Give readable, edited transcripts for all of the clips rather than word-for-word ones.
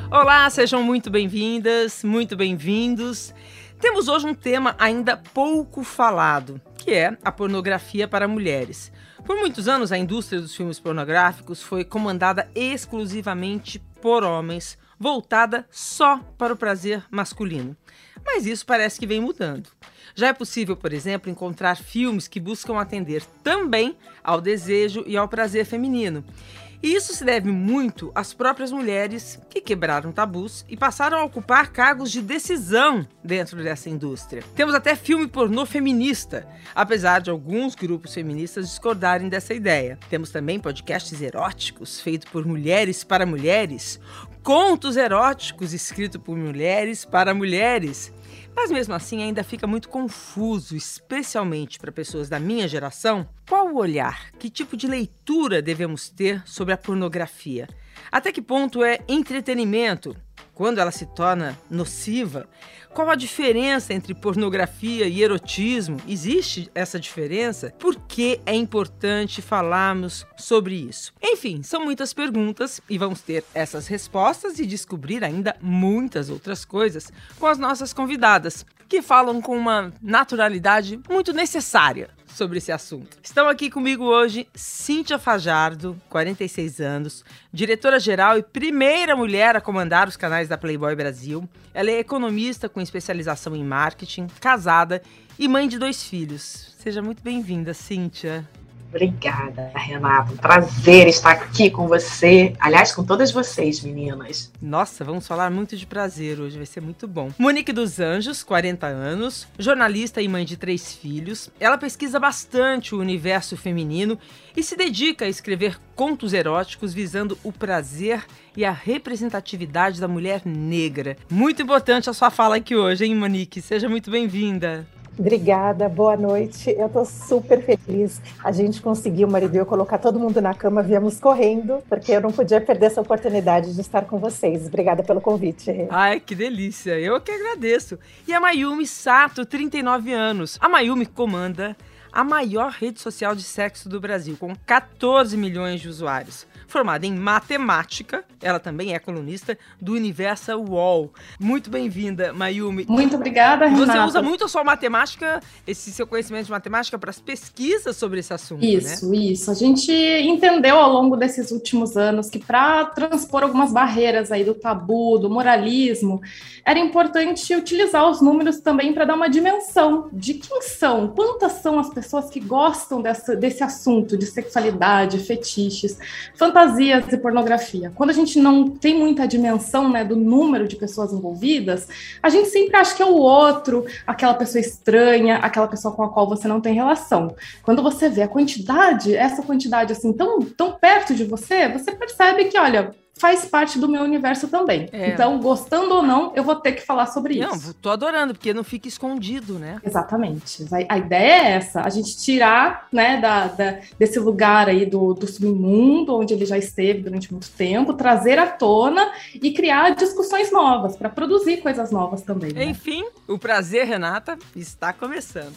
Olá, sejam muito bem-vindas, muito bem-vindos. Temos hoje um tema ainda pouco falado, que é a pornografia para mulheres. Por muitos anos, a indústria dos filmes pornográficos foi comandada exclusivamente por homens, voltada só para o prazer masculino. Mas isso parece que vem mudando. Já é possível, por exemplo, encontrar filmes que buscam atender também ao desejo e ao prazer feminino. E isso se deve muito às próprias mulheres que quebraram tabus e passaram a ocupar cargos de decisão dentro dessa indústria. Temos até filme pornô feminista, apesar de alguns grupos feministas discordarem dessa ideia. Temos também podcasts eróticos feitos por mulheres para mulheres, contos eróticos escritos por mulheres para mulheres. Mas mesmo assim ainda fica muito confuso, especialmente para pessoas da minha geração, qual o olhar, que tipo de leitura devemos ter sobre a pornografia? Até que ponto é entretenimento? Quando ela se torna nociva? Qual a diferença entre pornografia e erotismo? Existe essa diferença? Por que é importante falarmos sobre isso? Enfim, são muitas perguntas e vamos ter essas respostas e descobrir ainda muitas outras coisas com as nossas convidadas, que falam com uma naturalidade muito necessária sobre esse assunto. Estão aqui comigo hoje Cíntia Fajardo, 46 anos, diretora-geral e primeira mulher a comandar os canais da Playboy Brasil. Ela é economista com especialização em marketing, casada e mãe de 2 filhos. Seja muito bem-vinda, Cíntia. Obrigada, Renata. Um prazer estar aqui com você. Aliás, com todas vocês, meninas. Nossa, vamos falar muito de prazer hoje, vai ser muito bom. Monique dos Anjos, 40 anos, jornalista e mãe de 3 filhos. Ela pesquisa bastante o universo feminino e se dedica a escrever contos eróticos visando o prazer e a representatividade da mulher negra. Muito importante a sua fala aqui hoje, hein, Monique? Seja muito bem-vinda. Obrigada, boa noite. Eu tô super feliz. A gente conseguiu, o marido e eu, colocar todo mundo na cama, viemos correndo, porque eu não podia perder essa oportunidade de estar com vocês. Obrigada pelo convite. Ai, que delícia. Eu que agradeço. E a Mayumi Sato, 39 anos. A Mayumi comanda a maior rede social de sexo do Brasil, com 14 milhões de usuários. Formada em matemática, ela também é colunista do Universal UOL. Muito bem-vinda, Mayumi. Muito obrigada, Renata. Você usa muito a sua matemática, esse seu conhecimento de matemática, para as pesquisas sobre esse assunto, Isso, né? Isso. A gente entendeu ao longo desses últimos anos que para transpor algumas barreiras aí do tabu, do moralismo, era importante utilizar os números também para dar uma dimensão de quem são, quantas são as pessoas que gostam desse assunto de sexualidade, fetiches, fantasias e pornografia. Quando a gente não tem muita dimensão, né, do número de pessoas envolvidas, a gente sempre acha que é o outro, aquela pessoa estranha, aquela pessoa com a qual você não tem relação. Quando você vê a quantidade, essa quantidade assim tão perto de você, você percebe que, olha, faz parte do meu universo também. Então, gostando ou não, eu vou ter que falar sobre isso. Não, tô adorando, porque não fica escondido, né? Exatamente. A ideia é essa, a gente tirar, né, desse lugar aí do submundo, onde ele já esteve durante muito tempo, trazer à tona e criar discussões novas, para produzir coisas novas também. Né? Enfim, o prazer, Renata, está começando.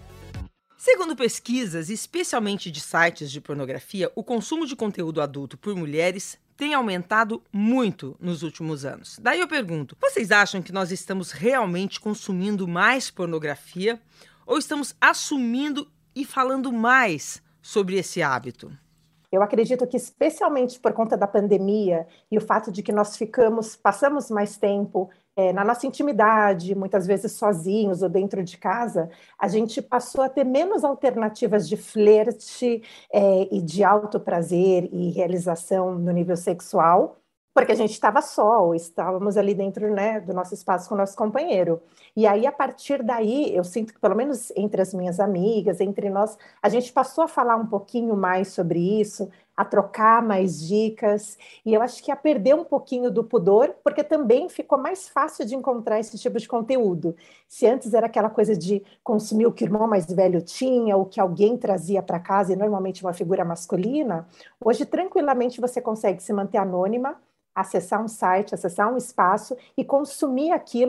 Segundo pesquisas, especialmente de sites de pornografia, o consumo de conteúdo adulto por mulheres tem aumentado muito nos últimos anos. Daí eu pergunto, vocês acham que nós estamos realmente consumindo mais pornografia ou estamos assumindo e falando mais sobre esse hábito? Eu acredito que, especialmente por conta da pandemia e o fato de que nós passamos mais tempo na nossa intimidade, muitas vezes sozinhos ou dentro de casa, a gente passou a ter menos alternativas de flerte e de autoprazer e realização no nível sexual, porque a gente estava só, ou estávamos ali dentro, né, do nosso espaço com o nosso companheiro. E aí, a partir daí, eu sinto que, pelo menos entre as minhas amigas, entre nós, a gente passou a falar um pouquinho mais sobre isso, a trocar mais dicas, e eu acho que a perder um pouquinho do pudor, porque também ficou mais fácil de encontrar esse tipo de conteúdo. Se antes era aquela coisa de consumir o que o irmão mais velho tinha, o que alguém trazia para casa, e normalmente uma figura masculina, hoje, tranquilamente, você consegue se manter anônima, acessar um site, acessar um espaço e consumir aquilo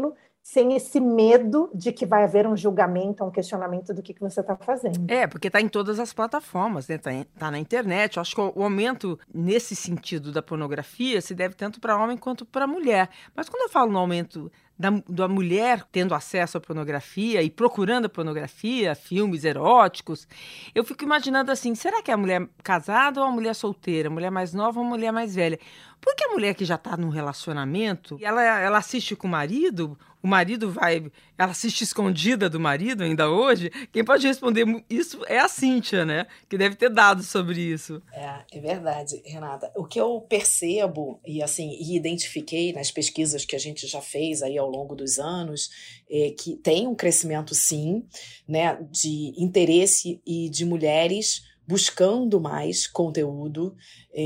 sem esse medo de que vai haver um julgamento, um questionamento do que você está fazendo. Porque está em todas as plataformas, né? Tá na internet. Eu acho que o aumento nesse sentido da pornografia se deve tanto para homem quanto para mulher. Mas quando eu falo no aumento da mulher tendo acesso à pornografia e procurando a pornografia, filmes eróticos, eu fico imaginando assim, será que é a mulher casada ou a mulher solteira? A mulher mais nova ou a mulher mais velha? Porque a mulher que já está num relacionamento, ela assiste com o marido ela assiste escondida do marido ainda hoje, quem pode responder isso é a Cíntia, né? Que deve ter dados sobre isso. É verdade, Renata. O que eu percebo e identifiquei nas pesquisas que a gente já fez aí ao longo dos anos, é que tem um crescimento, sim, né, de interesse e de mulheres buscando mais conteúdo.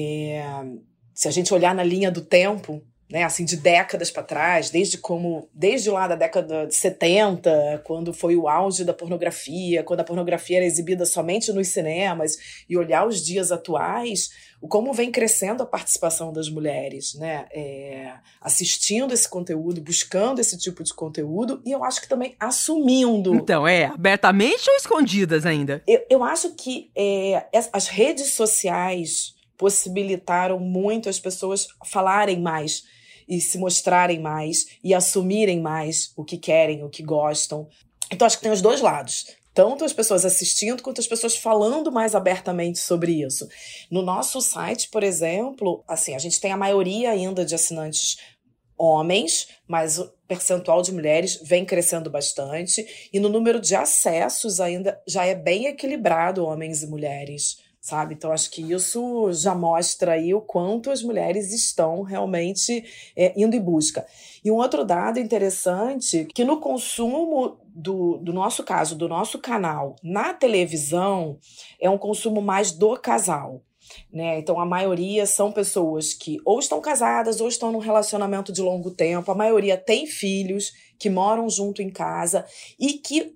Se a gente olhar na linha do tempo, né, assim, de décadas para trás, desde lá da década de 70, quando foi o auge da pornografia, quando a pornografia era exibida somente nos cinemas, e olhar os dias atuais, como vem crescendo a participação das mulheres, né, assistindo esse conteúdo, buscando esse tipo de conteúdo, e eu acho que também assumindo. Então, abertamente ou escondidas ainda? Eu acho que as redes sociais possibilitaram muito as pessoas falarem mais e se mostrarem mais e assumirem mais o que querem, o que gostam. Então, acho que tem os dois lados. Tanto as pessoas assistindo, quanto as pessoas falando mais abertamente sobre isso. No nosso site, por exemplo, assim, a gente tem a maioria ainda de assinantes homens, mas o percentual de mulheres vem crescendo bastante. E no número de acessos ainda já é bem equilibrado homens e mulheres, sabe? Então, acho que isso já mostra aí o quanto as mulheres estão realmente indo em busca. E um outro dado interessante, que no consumo do nosso caso, do nosso canal na televisão, é um consumo mais do casal, né? Então, a maioria são pessoas que ou estão casadas ou estão num relacionamento de longo tempo. A maioria tem filhos que moram junto em casa e que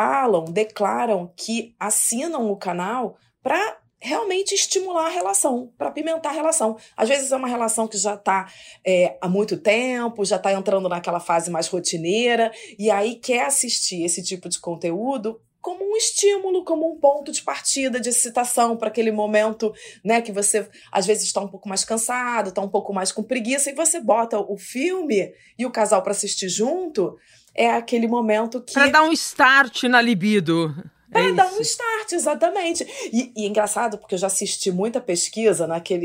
declaram que assinam o canal para realmente estimular a relação, para apimentar a relação. Às vezes é uma relação que já está há muito tempo, já está entrando naquela fase mais rotineira, e aí quer assistir esse tipo de conteúdo como um estímulo, como um ponto de partida, de excitação para aquele momento, né, que você às vezes está um pouco mais cansado, está um pouco mais com preguiça, e você bota o filme e o casal para assistir junto, é aquele momento que... Para dar um start na libido. Para dar um start, exatamente. E é engraçado, porque eu já assisti muita pesquisa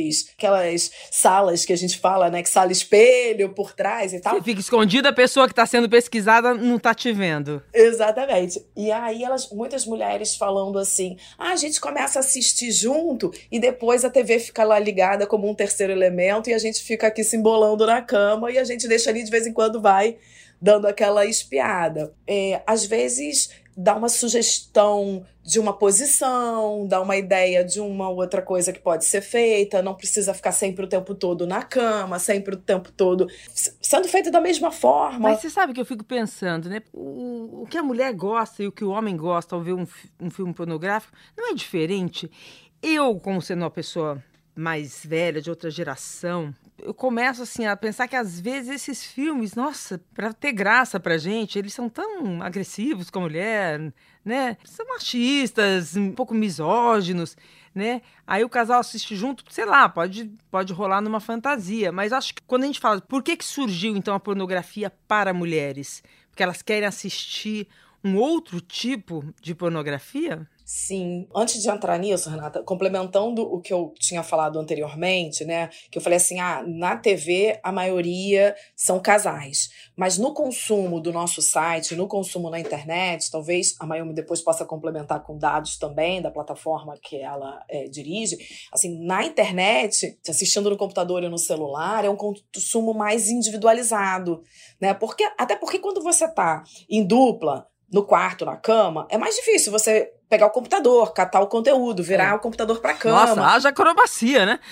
aquelas salas que a gente fala, né? Que sala espelho por trás e tal. Você fica escondida, a pessoa que está sendo pesquisada não está te vendo. Exatamente. E aí muitas mulheres falando assim, a gente começa a assistir junto e depois a TV fica lá ligada como um terceiro elemento e a gente fica aqui se embolando na cama e a gente deixa ali de vez em quando vai dando aquela espiada. Às vezes dá uma sugestão de uma posição, dá uma ideia de uma outra coisa que pode ser feita, não precisa ficar sempre o tempo todo na cama, sempre o tempo todo sendo feito da mesma forma. Mas você sabe que eu fico pensando, né? O que a mulher gosta e o que o homem gosta ao ver um filme pornográfico não é diferente. Eu, como sendo uma pessoa mais velha, de outra geração, eu começo assim a pensar que às vezes esses filmes, nossa, para ter graça pra gente, eles são tão agressivos com a mulher, né? São machistas, um pouco misóginos, né? Aí o casal assiste junto, sei lá, pode rolar numa fantasia, mas acho que quando a gente fala, por que surgiu então a pornografia para mulheres? Porque elas querem assistir um outro tipo de pornografia? Sim. Antes de entrar nisso, Renata, complementando o que eu tinha falado anteriormente, né? Que eu falei assim, na TV a maioria são casais. Mas no consumo do nosso site, no consumo na internet, talvez a Mayumi depois possa complementar com dados também da plataforma que ela dirige. Assim, na internet, assistindo no computador e no celular, é um consumo mais individualizado, né? Até porque quando você tá em dupla, no quarto, na cama, é mais difícil você pegar o computador, catar o conteúdo, virar o computador pra cama. Nossa, haja acrobacia, né?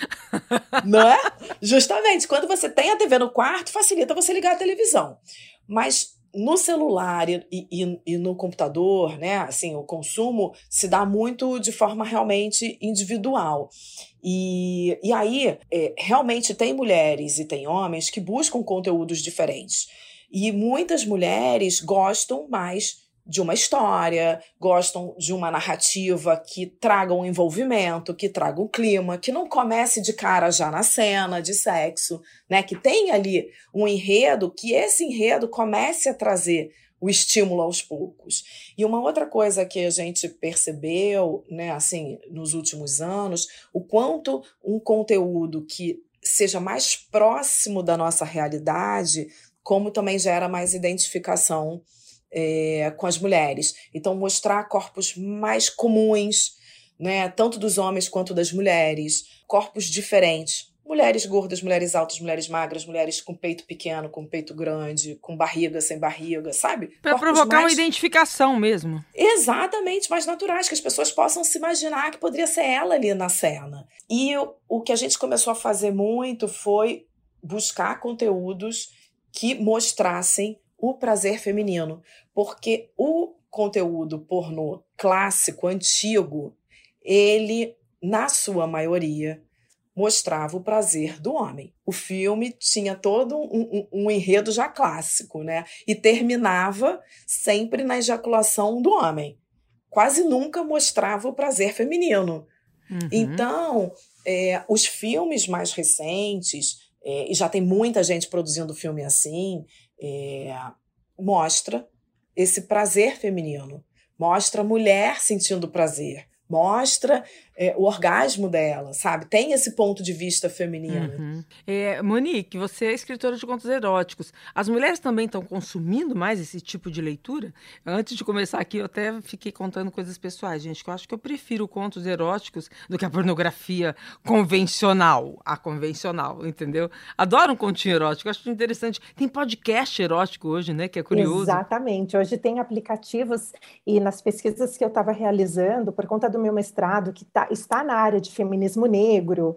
Não é? Justamente, quando você tem a TV no quarto, facilita você ligar a televisão. Mas no celular e no computador, né, assim, o consumo se dá muito de forma realmente individual. E aí, realmente tem mulheres e tem homens que buscam conteúdos diferentes. E muitas mulheres gostam mais de uma história, gostam de uma narrativa que traga um envolvimento, que traga um clima, que não comece de cara já na cena de sexo, né? Que tenha ali um enredo, que esse enredo comece a trazer o estímulo aos poucos. E uma outra coisa que a gente percebeu, né, assim, nos últimos anos, o quanto um conteúdo que seja mais próximo da nossa realidade, como também gera mais identificação com as mulheres. Então, mostrar corpos mais comuns, né, tanto dos homens quanto das mulheres, corpos diferentes. Mulheres gordas, mulheres altas, mulheres magras, mulheres com peito pequeno, com peito grande, com barriga, sem barriga, sabe? Para provocar uma identificação mesmo. Exatamente, mais naturais, que as pessoas possam se imaginar que poderia ser ela ali na cena. E o que a gente começou a fazer muito foi buscar conteúdos que mostrassem o prazer feminino, porque o conteúdo pornô clássico, antigo, ele, na sua maioria, mostrava o prazer do homem. O filme tinha todo um enredo já clássico, né? E terminava sempre na ejaculação do homem. Quase nunca mostrava o prazer feminino. Uhum. Então, os filmes mais recentes, e já tem muita gente produzindo filme assim, mostra esse prazer feminino, mostra a mulher sentindo prazer, mostra o orgasmo dela, sabe? Tem esse ponto de vista feminino. Uhum. Monique, você é escritora de contos eróticos. As mulheres também estão consumindo mais esse tipo de leitura? Antes de começar aqui, eu até fiquei contando coisas pessoais, gente, que eu acho que eu prefiro contos eróticos do que a pornografia convencional, entendeu? Adoro um continho erótico, acho interessante. Tem podcast erótico hoje, né, que é curioso. Exatamente. Hoje tem aplicativos e nas pesquisas que eu estava realizando, por conta do meu mestrado, que está na área de feminismo negro,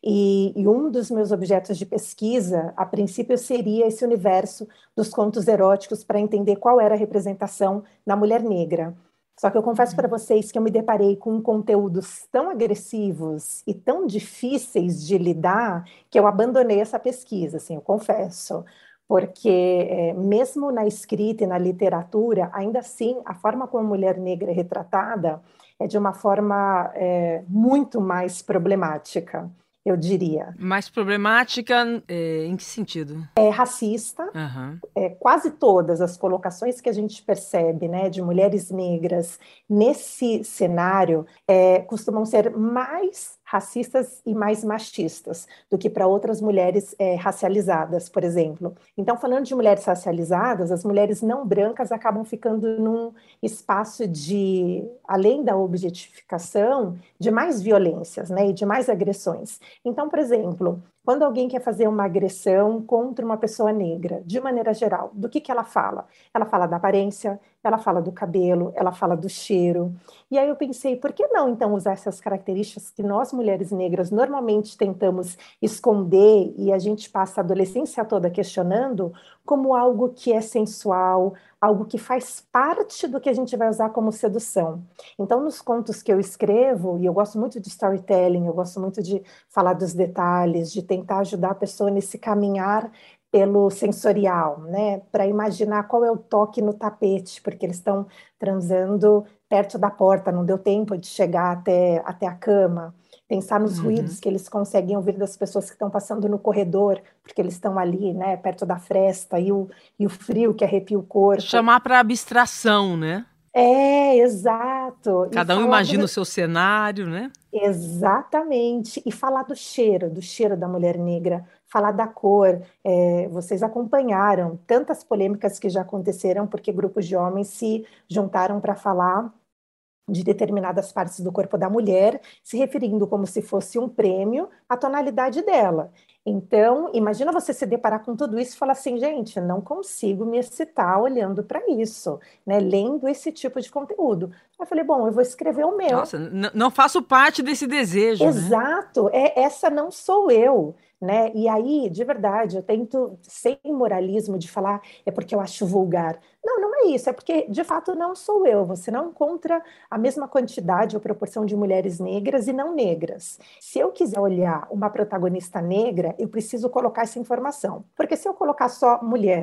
e um dos meus objetos de pesquisa, a princípio, seria esse universo dos contos eróticos para entender qual era a representação da mulher negra. Só que eu confesso para vocês que eu me deparei com conteúdos tão agressivos e tão difíceis de lidar que eu abandonei essa pesquisa, assim, eu confesso. Porque mesmo na escrita e na literatura, ainda assim, a forma como a mulher negra é retratada é de uma forma muito mais problemática, eu diria. Mais problemática em que sentido? É racista. Uhum. Quase todas as colocações que a gente percebe, né, de mulheres negras nesse cenário costumam ser mais racistas e mais machistas do que para outras mulheres racializadas, por exemplo. Então, falando de mulheres racializadas, as mulheres não brancas acabam ficando num espaço de, além da objetificação, de mais violências, né, e de mais agressões. Então, por exemplo, quando alguém quer fazer uma agressão contra uma pessoa negra, de maneira geral, do que ela fala? Ela fala da aparência, ela fala do cabelo, ela fala do cheiro. E aí eu pensei, por que não, então, usar essas características que nós, mulheres negras, normalmente tentamos esconder e a gente passa a adolescência toda questionando como algo que é sensual, algo que faz parte do que a gente vai usar como sedução. Então, nos contos que eu escrevo, e eu gosto muito de storytelling, eu gosto muito de falar dos detalhes, de tentar ajudar a pessoa nesse caminhar pelo sensorial, né? Para imaginar qual é o toque no tapete, porque eles estão transando perto da porta, não deu tempo de chegar até a cama. Pensar nos ruídos que eles conseguem ouvir das pessoas que estão passando no corredor, porque eles estão ali, né, perto da fresta, e o frio que arrepia o corpo. Chamar para abstração, né? Exato. Cada um imagina o seu cenário, né? Exatamente. E falar do cheiro da mulher negra, falar da cor. Vocês acompanharam tantas polêmicas que já aconteceram porque grupos de homens se juntaram para falar de determinadas partes do corpo da mulher, se referindo como se fosse um prêmio à tonalidade dela. Então, imagina você se deparar com tudo isso e falar assim, gente, não consigo me excitar olhando para isso, né, lendo esse tipo de conteúdo. Eu falei, bom, eu vou escrever o meu. Nossa, não faço parte desse desejo, Exato, né? Essa não sou eu, né? E aí, de verdade, eu tento, sem moralismo, de falar é porque eu acho vulgar. Não é isso, é porque, de fato, não sou eu. Você não encontra a mesma quantidade ou proporção de mulheres negras e não negras. Se eu quiser olhar uma protagonista negra, eu preciso colocar essa informação. Porque se eu colocar só mulher,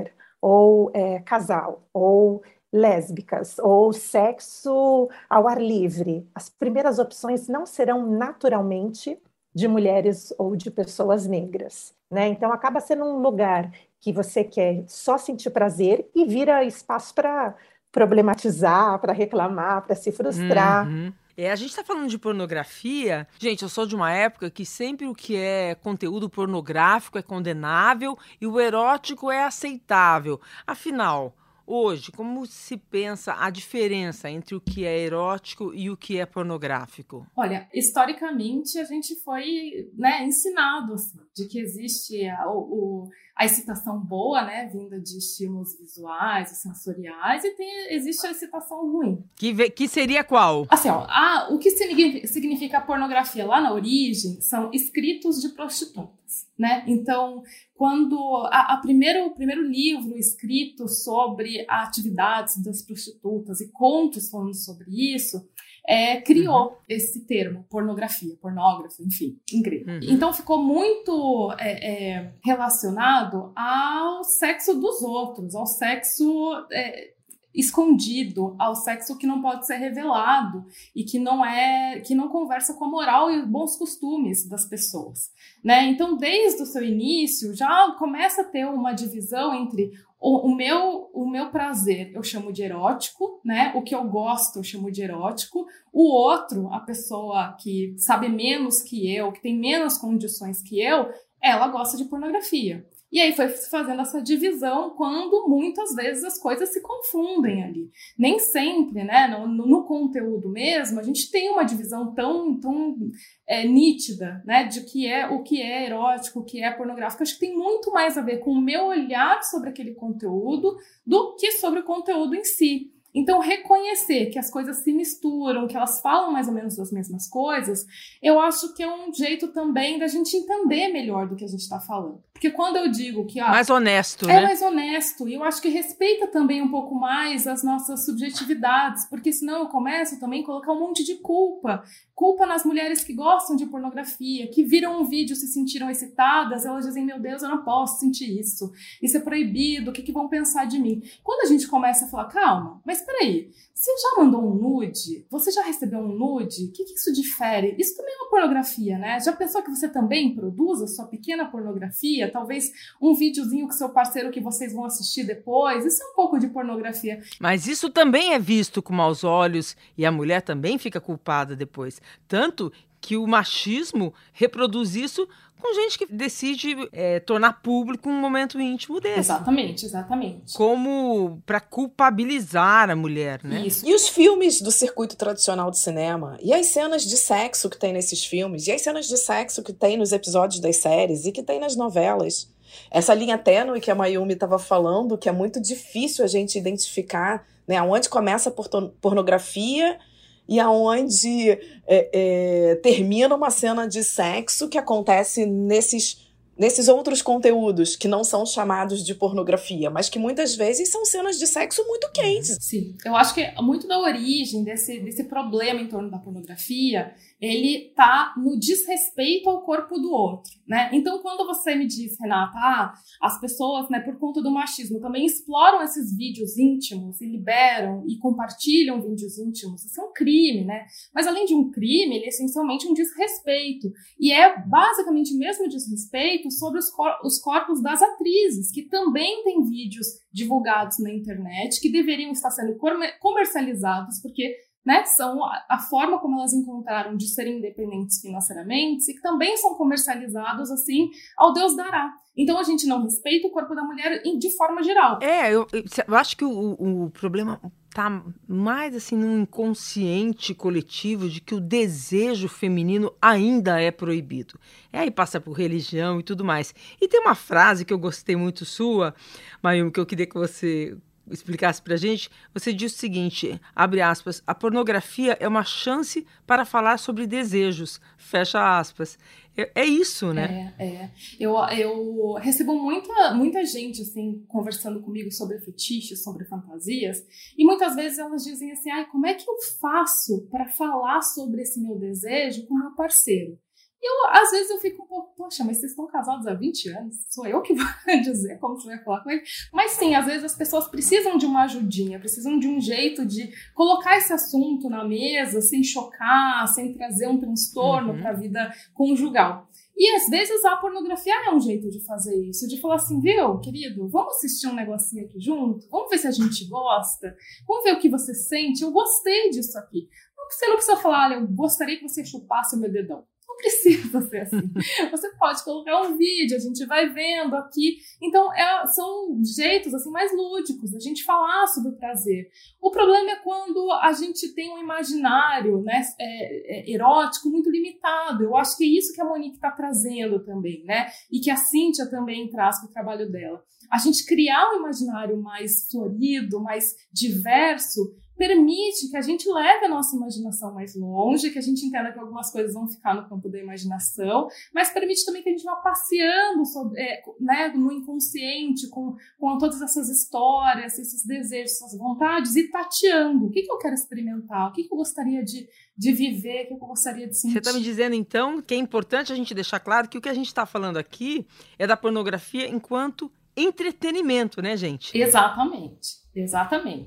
ou casal, ou lésbicas, ou sexo ao ar livre, as primeiras opções não serão naturalmente de mulheres ou de pessoas negras, né? Então acaba sendo um lugar que você quer só sentir prazer e vira espaço para problematizar, para reclamar, para se frustrar. Uhum. A gente tá falando de pornografia. Gente, eu sou de uma época que sempre o que é conteúdo pornográfico é condenável e o erótico é aceitável. Afinal, hoje, como se pensa a diferença entre o que é erótico e o que é pornográfico? Olha, historicamente a gente foi, né, ensinado assim, de que existe a excitação boa, né, vinda de estímulos visuais e sensoriais, e existe a excitação ruim. Que seria qual? Assim, ó, o que significa a pornografia lá na origem são escritos de prostitutas, né? Então, quando o primeiro livro escrito sobre atividades das prostitutas e contos falando sobre isso, criou esse termo, pornografia, pornógrafo, enfim, em grego. Então ficou muito relacionado ao sexo dos outros, ao sexo escondido, ao sexo que não pode ser revelado e que não conversa com a moral e os bons costumes das pessoas, né? Então, desde o seu início, já começa a ter uma divisão entre o meu prazer eu chamo de erótico, né? O que eu gosto eu chamo de erótico. O outro, a pessoa que sabe menos que eu, que tem menos condições que eu, ela gosta de pornografia. E aí foi fazendo essa divisão quando muitas vezes as coisas se confundem ali. Nem sempre, né, no conteúdo mesmo, a gente tem uma divisão tão nítida, né, de o que é erótico, o que é pornográfico. Acho que tem muito mais a ver com o meu olhar sobre aquele conteúdo do que sobre o conteúdo em si. Então, reconhecer que as coisas se misturam, que elas falam mais ou menos das mesmas coisas, eu acho que é um jeito também da gente entender melhor do que a gente está falando. Porque quando eu digo que... mais honesto, né? É mais honesto. E eu acho que respeita também um pouco mais as nossas subjetividades, porque senão eu começo também a colocar um monte de culpa. Culpa nas mulheres que gostam de pornografia, que viram um vídeo, se sentiram excitadas, elas dizem, meu Deus, eu não posso sentir isso. Isso é proibido, o que vão pensar de mim? Quando a gente começa a falar, calma, mas peraí, você já mandou um nude? Você já recebeu um nude? O que isso difere? Isso também é uma pornografia, né? Já pensou que você também produz a sua pequena pornografia? Talvez um videozinho com seu parceiro que vocês vão assistir depois? Isso é um pouco de pornografia. Mas isso também é visto com maus olhos e a mulher também fica culpada depois. Tanto que o machismo reproduz isso com gente que decide tornar público um momento íntimo desse. Exatamente. Como para culpabilizar a mulher, né? Isso. E os filmes do circuito tradicional de cinema? E as cenas de sexo que tem nesses filmes? E as cenas de sexo que tem nos episódios das séries? E que tem nas novelas? Essa linha tênue que a Mayumi estava falando, que é muito difícil a gente identificar, né? Onde começa a pornografia e aonde termina uma cena de sexo que acontece nesses outros conteúdos que não são chamados de pornografia, mas que muitas vezes são cenas de sexo muito quentes. Sim, eu acho que muito da origem desse problema em torno da pornografia, ele tá no desrespeito ao corpo do outro, né? Então, quando você me diz, Renata, as pessoas, né, por conta do machismo, também exploram esses vídeos íntimos e liberam e compartilham vídeos íntimos, isso é um crime, né? Mas além de um crime, ele é essencialmente um desrespeito. E é basicamente mesmo desrespeito sobre os corpos das atrizes, que também têm vídeos divulgados na internet, que deveriam estar sendo comercializados, porque, né, são a forma como elas encontraram de serem independentes financeiramente e que também são comercializados assim ao Deus dará. Então a gente não respeita o corpo da mulher de forma geral. Eu acho que o problema tá mais assim no inconsciente coletivo de que o desejo feminino ainda é proibido. Aí passa por religião e tudo mais. E tem uma frase que eu gostei muito sua, Mayumi, que eu queria que você explicasse pra gente. Você disse o seguinte, abre aspas, a pornografia é uma chance para falar sobre desejos, fecha aspas. É isso, né? Eu recebo muita gente, assim, conversando comigo sobre fetiches, sobre fantasias, e muitas vezes elas dizem assim, como é que eu faço para falar sobre esse meu desejo com meu parceiro? Às vezes eu fico um pouco, poxa, mas vocês estão casados há 20 anos? Sou eu que vou dizer como você vai falar com ele? Mas sim, às vezes as pessoas precisam de uma ajudinha, precisam de um jeito de colocar esse assunto na mesa sem chocar, sem trazer um transtorno para a vida conjugal. E às vezes a pornografia é um jeito de fazer isso, de falar assim, viu, querido, vamos assistir um negocinho aqui junto? Vamos ver se a gente gosta? Vamos ver o que você sente? Eu gostei disso aqui. Você não precisa falar, olha, eu gostaria que você chupasse o meu dedão. Não precisa ser assim. Você pode colocar um vídeo, a gente vai vendo aqui. Então, são jeitos assim, mais lúdicos da gente falar sobre o prazer. O problema é quando a gente tem um imaginário, né, erótico muito limitado. Eu acho que é isso que a Monique está trazendo também, né? E que a Cíntia também traz para o trabalho dela. A gente criar um imaginário mais florido, mais diverso, permite que a gente leve a nossa imaginação mais longe, que a gente entenda que algumas coisas vão ficar no campo da imaginação, mas permite também que a gente vá passeando né, no inconsciente com todas essas histórias, esses desejos, essas vontades e tateando. O que eu quero experimentar? O que eu gostaria de viver? O que eu gostaria de sentir? Você está me dizendo, então, que é importante a gente deixar claro que o que a gente está falando aqui é da pornografia enquanto entretenimento, né, gente? Exatamente, exatamente.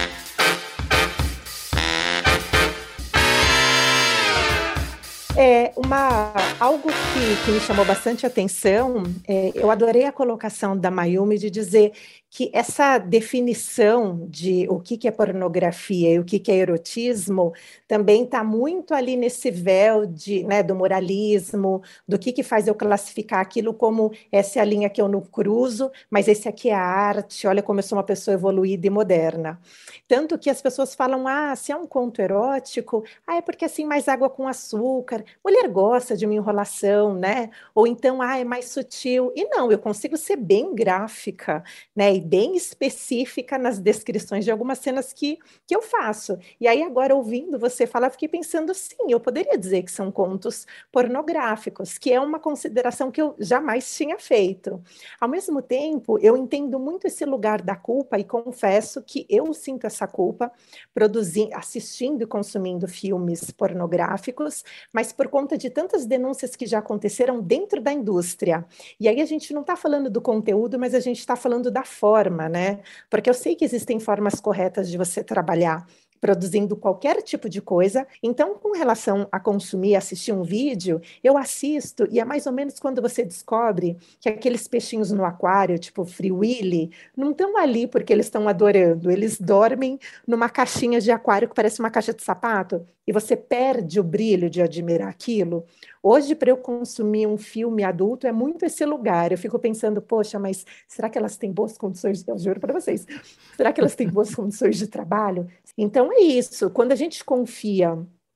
Algo que me chamou bastante atenção, eu adorei a colocação da Mayumi de dizer que essa definição de o que é pornografia e o que é erotismo também está muito ali nesse véu né, do moralismo, do que faz eu classificar aquilo como essa é a linha que eu não cruzo, mas esse aqui é a arte, olha como eu sou uma pessoa evoluída e moderna. Tanto que as pessoas falam, se é um conto erótico, é porque assim mais água com açúcar, mulher gosta de uma enrolação, né? Ou então, é mais sutil. E não, eu consigo ser bem gráfica, né? E bem específica nas descrições de algumas cenas que eu faço. E aí agora, ouvindo você falar, eu fiquei pensando, sim, eu poderia dizer que são contos pornográficos, que é uma consideração que eu jamais tinha feito. Ao mesmo tempo, eu entendo muito esse lugar da culpa e confesso que eu sinto essa culpa assistindo e consumindo filmes pornográficos, mas por conta de tantas denúncias que já aconteceram dentro da indústria. E aí a gente não está falando do conteúdo, mas a gente está falando da forma, né? Porque eu sei que existem formas corretas de você trabalhar produzindo qualquer tipo de coisa. Então, com relação a consumir, assistir um vídeo, eu assisto e é mais ou menos quando você descobre que aqueles peixinhos no aquário, tipo Free Willy, não estão ali porque eles estão adorando, eles dormem numa caixinha de aquário que parece uma caixa de sapato e você perde o brilho de admirar aquilo. Hoje, para eu consumir um filme adulto, é muito esse lugar. Eu fico pensando, poxa, mas será que elas têm boas condições? Eu juro para vocês. Será que elas têm boas condições de trabalho? Então, é isso. Quando a gente confia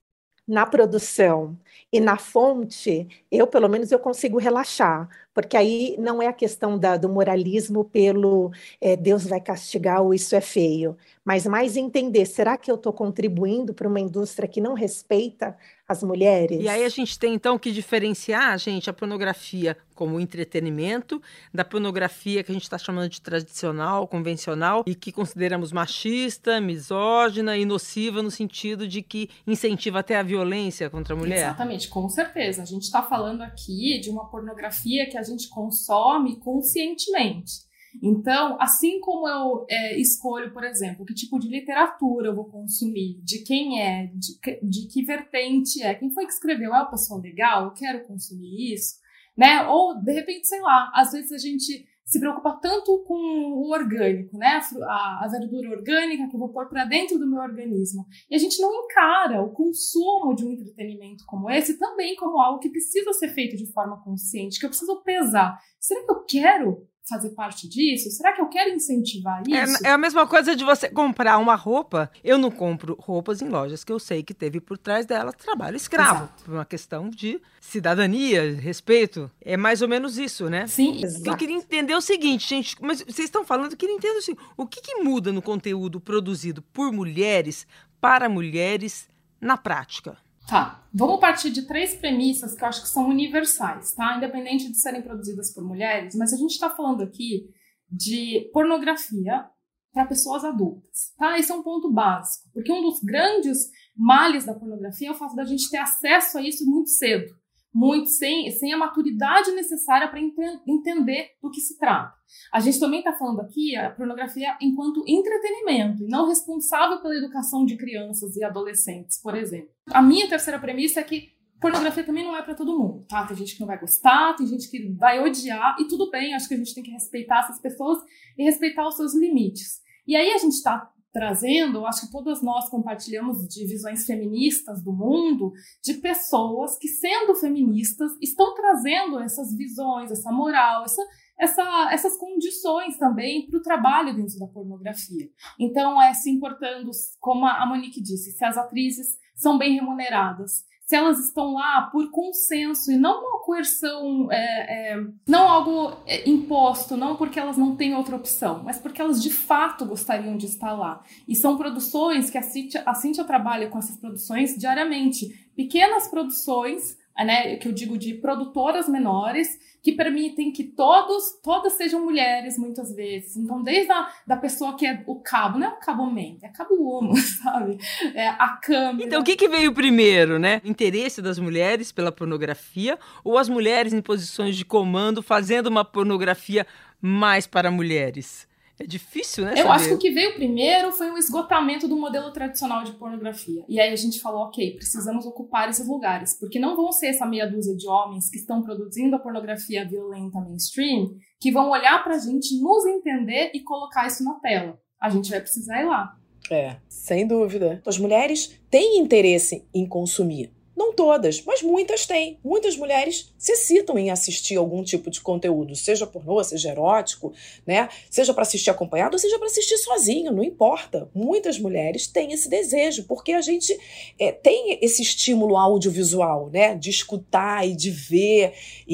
na produção e na fonte, pelo menos, eu consigo relaxar. Porque aí não é a questão do moralismo pelo Deus vai castigar ou isso é feio. Mas mais entender, será que eu estou contribuindo para uma indústria que não respeita as mulheres? E aí a gente tem, então, que diferenciar, gente, a pornografia como entretenimento da pornografia que a gente está chamando de tradicional, convencional, e que consideramos machista, misógina e nociva no sentido de que incentiva até a violência contra a mulher. Exatamente, com certeza. A gente está falando aqui de uma pornografia que a gente consome conscientemente. Então, assim como eu escolho, por exemplo, que tipo de literatura eu vou consumir, de quem é, de que vertente é, quem foi que escreveu, é uma pessoa legal, eu quero consumir isso, né? Ou, de repente, sei lá, às vezes a gente se preocupa tanto com o orgânico, né? A verdura orgânica que eu vou pôr para dentro do meu organismo. E a gente não encara o consumo de um entretenimento como esse também como algo que precisa ser feito de forma consciente, que eu preciso pesar. Será que eu quero fazer parte disso? Será que eu quero incentivar isso? É a mesma coisa de você comprar uma roupa. Eu não compro roupas em lojas que eu sei que teve por trás dela trabalho escravo. Exato. Por uma questão de cidadania, respeito. É mais ou menos isso, né? Sim. Exato. Eu queria entender o seguinte, gente, mas vocês estão falando, eu queria entender assim, o que muda no conteúdo produzido por mulheres, para mulheres, na prática? Tá, vamos partir de 3 premissas que eu acho que são universais, tá? Independente de serem produzidas por mulheres, mas a gente está falando aqui de pornografia para pessoas adultas, tá? Esse é um ponto básico, porque um dos grandes males da pornografia é o fato da gente ter acesso a isso muito cedo. sem a maturidade necessária para entender do que se trata. A gente também está falando aqui a pornografia enquanto entretenimento e não responsável pela educação de crianças e adolescentes, por exemplo. A minha terceira premissa é que pornografia também não é para todo mundo, tá? Tem gente que não vai gostar, tem gente que vai odiar, e tudo bem, acho que a gente tem que respeitar essas pessoas e respeitar os seus limites. E aí a gente está trazendo, acho que todas nós compartilhamos de visões feministas do mundo, de pessoas que, sendo feministas, estão trazendo essas visões, essa moral, essas condições também para o trabalho dentro da pornografia. Então, se importando, como a Monique disse, se as atrizes são bem remuneradas, se elas estão lá por consenso e não uma coerção, não algo imposto, não porque elas não têm outra opção, mas porque elas de fato gostariam de estar lá. E são produções que a Cíntia trabalha com essas produções diariamente. Pequenas produções, né, que eu digo de produtoras menores, que permitem que todas sejam mulheres, muitas vezes. Então, desde da pessoa que é o cabo, não é o cabo-mente, é cabo-homo, sabe? A câmera. Então, o que veio primeiro, né? O interesse das mulheres pela pornografia ou as mulheres em posições de comando fazendo uma pornografia mais para mulheres? É difícil, né? Eu acho que o que veio primeiro foi o esgotamento do modelo tradicional de pornografia. E aí a gente falou, ok, precisamos ocupar esses lugares, porque não vão ser essa meia dúzia de homens que estão produzindo a pornografia violenta mainstream que vão olhar pra gente, nos entender e colocar isso na tela. A gente vai precisar ir lá. Sem dúvida. As mulheres têm interesse em consumir. Não todas, mas muitas têm. Muitas mulheres se excitam em assistir algum tipo de conteúdo, seja pornô, seja erótico, né? Seja para assistir acompanhado ou seja para assistir sozinho, não importa. Muitas mulheres têm esse desejo, porque a gente tem esse estímulo audiovisual, né? De escutar e de ver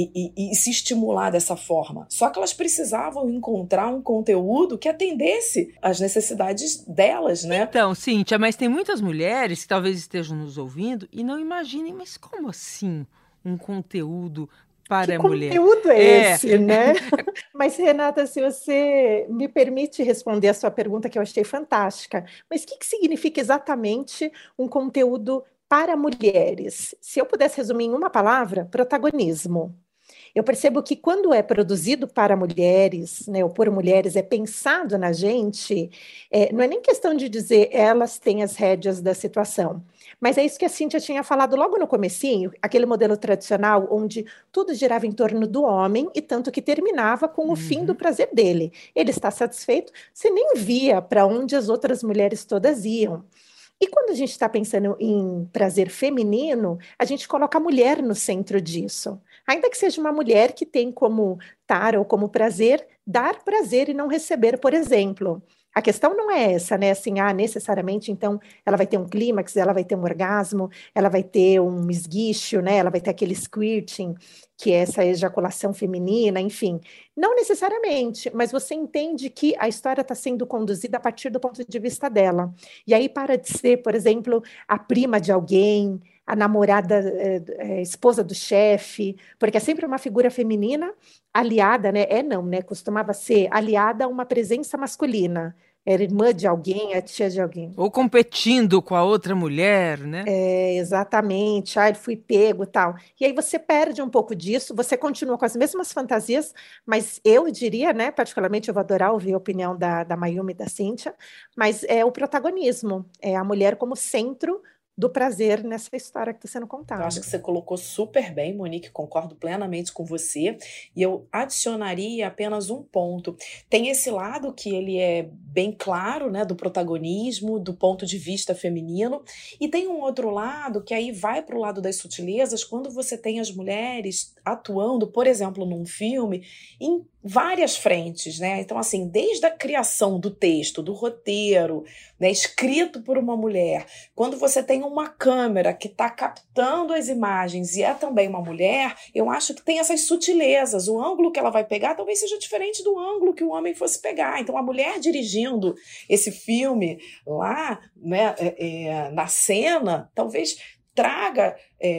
e se estimular dessa forma. Só que elas precisavam encontrar um conteúdo que atendesse às necessidades delas, né? Então, Cíntia, mas tem muitas mulheres que talvez estejam nos ouvindo e não imaginam. Mas como assim um conteúdo para que mulher? Que conteúdo é esse, né? Mas, Renata, se você me permite responder a sua pergunta, que eu achei fantástica, mas o que significa exatamente um conteúdo para mulheres? Se eu pudesse resumir em uma palavra, protagonismo. Eu percebo que quando é produzido para mulheres, né, ou por mulheres, é pensado na gente, não é nem questão de dizer elas têm as rédeas da situação, mas é isso que a Cíntia tinha falado logo no comecinho, aquele modelo tradicional onde tudo girava em torno do homem e tanto que terminava com o fim do prazer dele. Ele está satisfeito, você nem via para onde as outras mulheres todas iam. E quando a gente está pensando em prazer feminino, a gente coloca a mulher no centro disso. Ainda que seja uma mulher que tem como tara ou como prazer, dar prazer e não receber, por exemplo. A questão não é essa, né? Assim, necessariamente, então, ela vai ter um clímax, ela vai ter um orgasmo, ela vai ter um esguicho, né? Ela vai ter aquele squirting, que é essa ejaculação feminina, enfim. Não necessariamente, mas você entende que a história está sendo conduzida a partir do ponto de vista dela. E aí para de ser, por exemplo, a prima de alguém, a namorada, esposa do chefe, porque é sempre uma figura feminina aliada, né? Não, né? Costumava ser aliada a uma presença masculina. Era irmã de alguém, é tia de alguém. Ou competindo com a outra mulher, né? Exatamente. Fui pego e tal. E aí você perde um pouco disso, você continua com as mesmas fantasias, mas eu diria, né, particularmente eu vou adorar ouvir a opinião da Mayumi e da Cíntia, mas é o protagonismo, é a mulher como centro do prazer nessa história que está sendo contada. Eu acho que você colocou super bem, Monique, concordo plenamente com você, e eu adicionaria apenas um ponto. Tem esse lado que ele é bem claro, né, do protagonismo, do ponto de vista feminino, e tem um outro lado que aí vai para o lado das sutilezas, quando você tem as mulheres atuando, por exemplo, num filme, em várias frentes, né? Então, assim, desde a criação do texto, do roteiro, né, escrito por uma mulher, quando você tem uma câmera que está captando as imagens e é também uma mulher, eu acho que tem essas sutilezas. O ângulo que ela vai pegar talvez seja diferente do ângulo que o homem fosse pegar. Então, a mulher dirigindo esse filme lá, né, na cena, talvez traga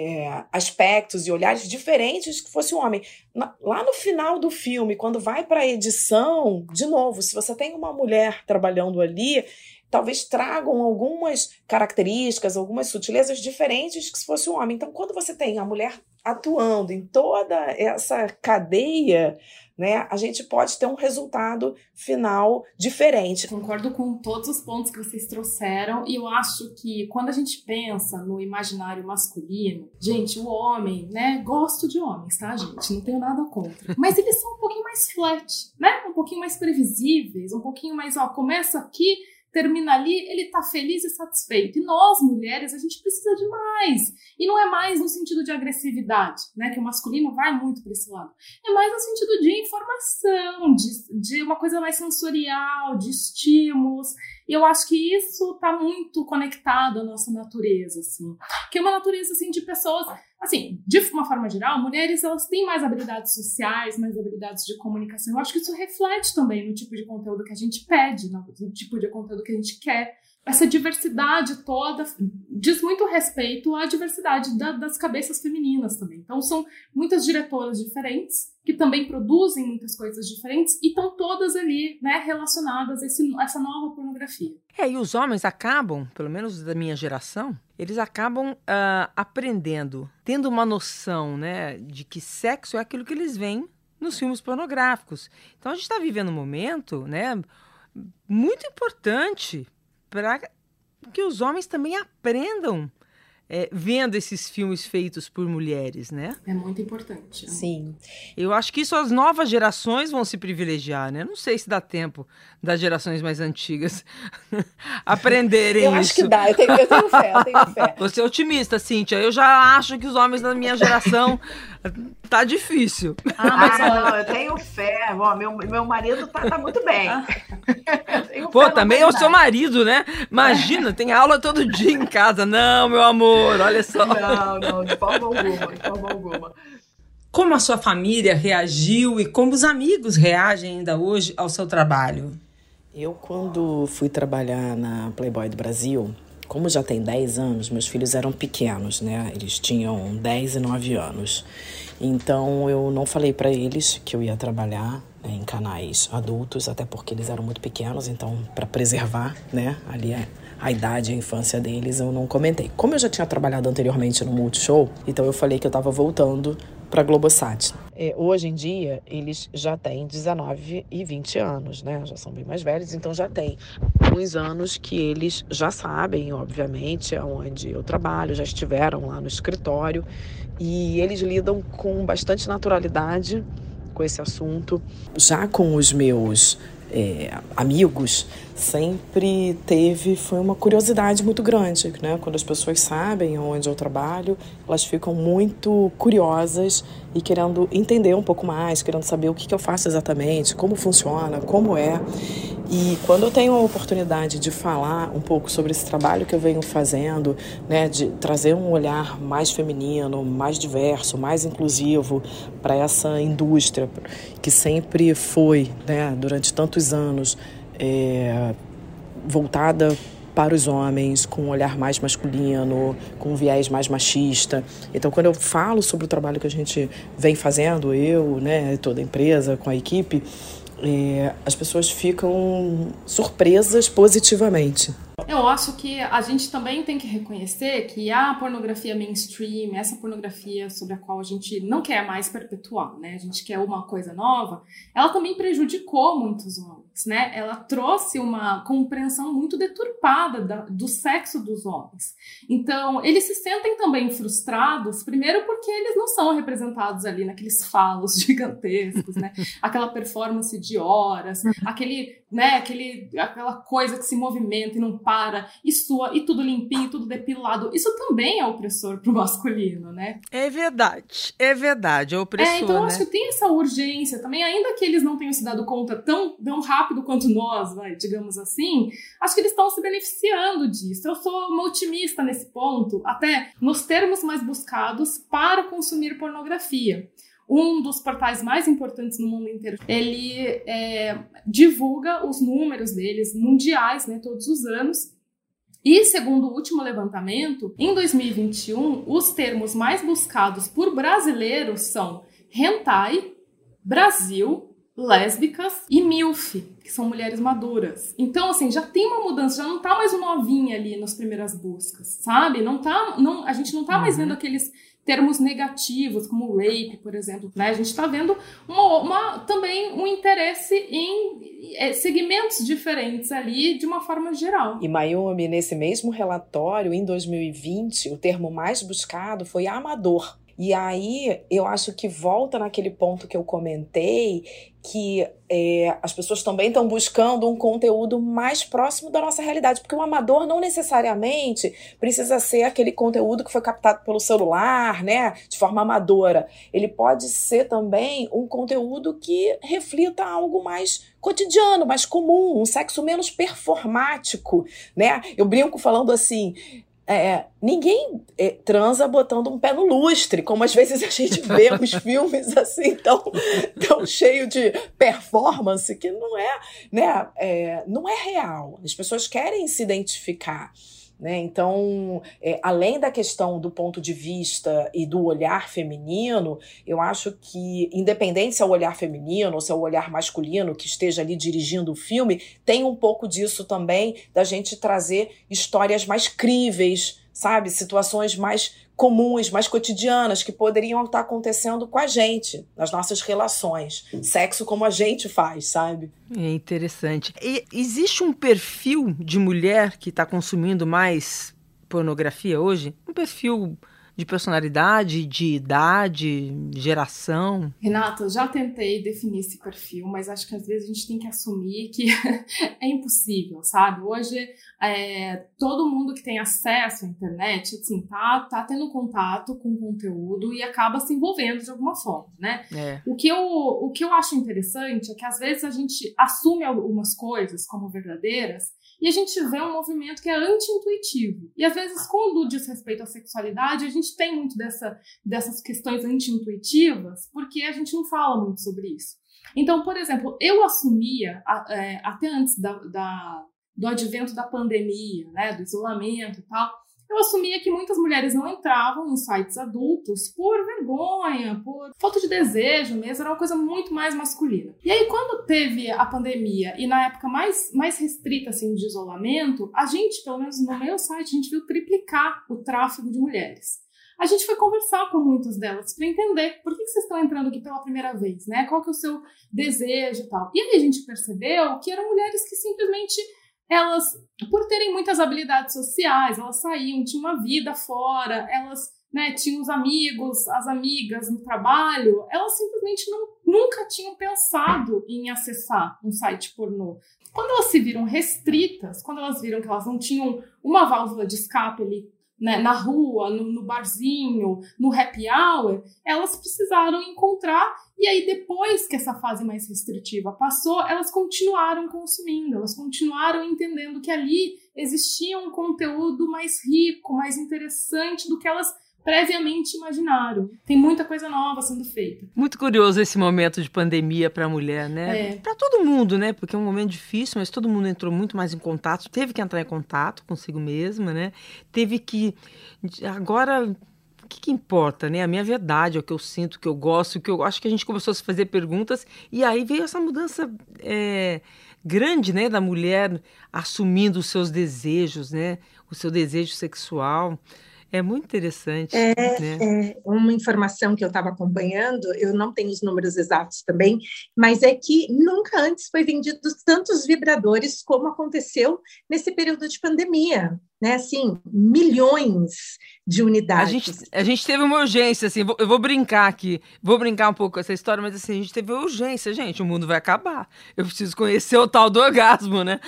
aspectos e olhares diferentes que fosse um homem. Lá no final do filme, quando vai para a edição, de novo, se você tem uma mulher trabalhando ali, talvez tragam algumas características, algumas sutilezas diferentes que se fosse um homem. Então, quando você tem a mulher atuando em toda essa cadeia, né, a gente pode ter um resultado final diferente. Concordo com todos os pontos que vocês trouxeram, e eu acho que quando a gente pensa no imaginário masculino, gente, o homem, né, gosto de homens, tá, gente? Não tenho nada contra. Mas eles são um pouquinho mais flat, né? Um pouquinho mais previsíveis, um pouquinho mais, começa aqui, termina ali, ele tá feliz e satisfeito. E nós, mulheres, a gente precisa de mais. E não é mais no sentido de agressividade, né? Que o masculino vai muito para esse lado. É mais no sentido de informação, de uma coisa mais sensorial, de estímulos. E eu acho que isso tá muito conectado à nossa natureza, assim. Que é uma natureza, assim, de pessoas... Assim, de uma forma geral, mulheres, elas têm mais habilidades sociais, mais habilidades de comunicação. Eu acho que isso reflete também no tipo de conteúdo que a gente pede, no tipo de conteúdo que a gente quer. Essa diversidade toda diz muito respeito à diversidade das cabeças femininas também. Então, são muitas diretoras diferentes, que também produzem muitas coisas diferentes, e estão todas ali, né, relacionadas a essa nova pornografia. E os homens acabam, pelo menos da minha geração, eles acabam aprendendo, tendo uma noção, né, de que sexo é aquilo que eles veem nos filmes pornográficos. Então, a gente está vivendo um momento, né, muito importante para que os homens também aprendam vendo esses filmes feitos por mulheres, né? É muito importante. Sim. Eu acho que isso as novas gerações vão se privilegiar, né? Não sei se dá tempo das gerações mais antigas aprenderem isso. Eu acho que dá, eu tenho fé. Você é otimista, Cíntia. Eu já acho que os homens da minha geração tá difícil. Não, eu tenho fé. Bom, meu marido tá muito bem. Pô, também é o seu marido, né? Imagina, tem aula todo dia em casa. Não, meu amor, olha só. Não, de forma alguma. Como a sua família reagiu e como os amigos reagem ainda hoje ao seu trabalho? Eu, quando fui trabalhar na Playboy do Brasil, como já tem 10 anos, meus filhos eram pequenos, né? Eles tinham 10 e 9 anos. Então, eu não falei para eles que eu ia trabalhar, né, em canais adultos, até porque eles eram muito pequenos, então, para preservar, né, ali a idade, a infância deles, eu não comentei. Como eu já tinha trabalhado anteriormente no Multishow, então eu falei que eu estava voltando para Globosat. Hoje em dia, eles já têm 19 e 20 anos, né? Já são bem mais velhos, então já tem alguns anos que eles já sabem, obviamente, aonde eu trabalho, já estiveram lá no escritório, e eles lidam com bastante naturalidade com esse assunto. Já com os meus amigos, sempre foi uma curiosidade muito grande, né? Quando as pessoas sabem onde eu trabalho, elas ficam muito curiosas e querendo entender um pouco mais, querendo saber o que eu faço exatamente, como funciona, como é. E quando eu tenho a oportunidade de falar um pouco sobre esse trabalho que eu venho fazendo, né, de trazer um olhar mais feminino, mais diverso, mais inclusivo para essa indústria que sempre foi, né, durante tantos anos, voltada para os homens, com um olhar mais masculino, com um viés mais machista. Então, quando eu falo sobre o trabalho que a gente vem fazendo, eu, né, toda a empresa, com a equipe, as pessoas ficam surpresas positivamente. Eu acho que a gente também tem que reconhecer que a pornografia mainstream, essa pornografia sobre a qual a gente não quer mais perpetuar, né? A gente quer uma coisa nova, ela também prejudicou muitos homens, né? Ela trouxe uma compreensão muito deturpada do sexo dos homens. Então, eles se sentem também frustrados, primeiro porque eles não são representados ali naqueles falos gigantescos, né? Aquela performance de horas, aquela coisa que se movimenta e não para, e sua, e tudo limpinho, tudo depilado. Isso também é opressor pro masculino, né? É verdade, é opressor, então eu né? acho que tem essa urgência também, ainda que eles não tenham se dado conta tão rápido quanto nós, digamos assim, acho que eles estão se beneficiando disso. Eu sou uma otimista nesse ponto, até nos termos mais buscados para consumir pornografia. Um dos portais mais importantes no mundo inteiro, ele divulga os números deles mundiais, né, todos os anos. E, segundo o último levantamento, em 2021, os termos mais buscados por brasileiros são hentai, Brasil, lésbicas e MILF, que são mulheres maduras. Então, assim, já tem uma mudança, já não tá mais o novinha ali nas primeiras buscas, sabe? A gente não tá mais vendo aqueles termos negativos, como rape, por exemplo, né? A gente está vendo também um interesse em segmentos diferentes ali, de uma forma geral. E Mayumi, nesse mesmo relatório, em 2020, o termo mais buscado foi amador. E aí, eu acho que volta naquele ponto que eu comentei, que as pessoas também estão buscando um conteúdo mais próximo da nossa realidade, porque o amador não necessariamente precisa ser aquele conteúdo que foi captado pelo celular, né, de forma amadora. Ele pode ser também um conteúdo que reflita algo mais cotidiano, mais comum, um sexo menos performático, né? Eu brinco falando assim... ninguém transa botando um pé no lustre, como às vezes a gente vê uns filmes assim tão cheio de performance que não é, né, não é real. As pessoas querem se identificar, né? Então, além da questão do ponto de vista e do olhar feminino, eu acho que, independente se é o olhar feminino ou se é o olhar masculino que esteja ali dirigindo o filme, tem um pouco disso também, da gente trazer histórias mais críveis, sabe? Situações mais comuns, mais cotidianas, que poderiam estar acontecendo com a gente, nas nossas relações. Sexo como a gente faz, sabe? É interessante. E existe um perfil de mulher que está consumindo mais pornografia hoje? Um perfil de personalidade, de idade, geração? Renata, eu já tentei definir esse perfil, mas acho que às vezes a gente tem que assumir que é impossível, sabe? Hoje, todo mundo que tem acesso à internet, assim, tá tendo contato com o conteúdo e acaba se envolvendo de alguma forma, né? O que eu acho interessante é que às vezes a gente assume algumas coisas como verdadeiras e a gente vê um movimento que é anti-intuitivo. E às vezes, quando diz respeito à sexualidade, a gente tem muito dessas questões anti-intuitivas, porque a gente não fala muito sobre isso. Então, por exemplo, eu assumia, até antes do advento da pandemia, né, do isolamento e tal, eu assumia que muitas mulheres não entravam em sites adultos por vergonha, por falta de desejo mesmo, era uma coisa muito mais masculina. E aí, quando teve a pandemia e na época mais restrita, assim, de isolamento, a gente, pelo menos no meu site, a gente viu triplicar o tráfego de mulheres. A gente foi conversar com muitas delas para entender por que vocês estão entrando aqui pela primeira vez, né? Qual que é o seu desejo e tal. E aí a gente percebeu que eram mulheres que simplesmente... elas, por terem muitas habilidades sociais, elas saíam, tinham uma vida fora, elas, né, tinham os amigos, as amigas no trabalho, elas simplesmente nunca tinham pensado em acessar um site pornô. Quando elas se viram restritas, quando elas viram que elas não tinham uma válvula de escape ali, né, na rua, no barzinho, no happy hour, elas precisaram encontrar. E aí, depois que essa fase mais restritiva passou, elas continuaram consumindo, elas continuaram entendendo que ali existia um conteúdo mais rico, mais interessante do que elas previamente imaginaram. Tem muita coisa nova sendo feita. Muito curioso esse momento de pandemia para a mulher, né? Para todo mundo, né? Porque é um momento difícil, mas todo mundo entrou muito mais em contato, teve que entrar em contato consigo mesma, né? Teve que... Agora... O que importa, né? A minha verdade, é o que eu sinto, o que eu gosto, o que eu acho que a gente começou a se fazer perguntas e aí veio essa mudança grande, né? Da mulher assumindo os seus desejos, né? O seu desejo sexual. É muito interessante. Né? Uma informação que eu estava acompanhando, eu não tenho os números exatos também, mas é que nunca antes foi vendido tantos vibradores como aconteceu nesse período de pandemia, né? Assim, milhões de unidades. A gente teve uma urgência, assim, eu vou brincar aqui, vou brincar um pouco com essa história, mas assim, a gente teve uma urgência, gente, o mundo vai acabar. Eu preciso conhecer o tal do orgasmo, né?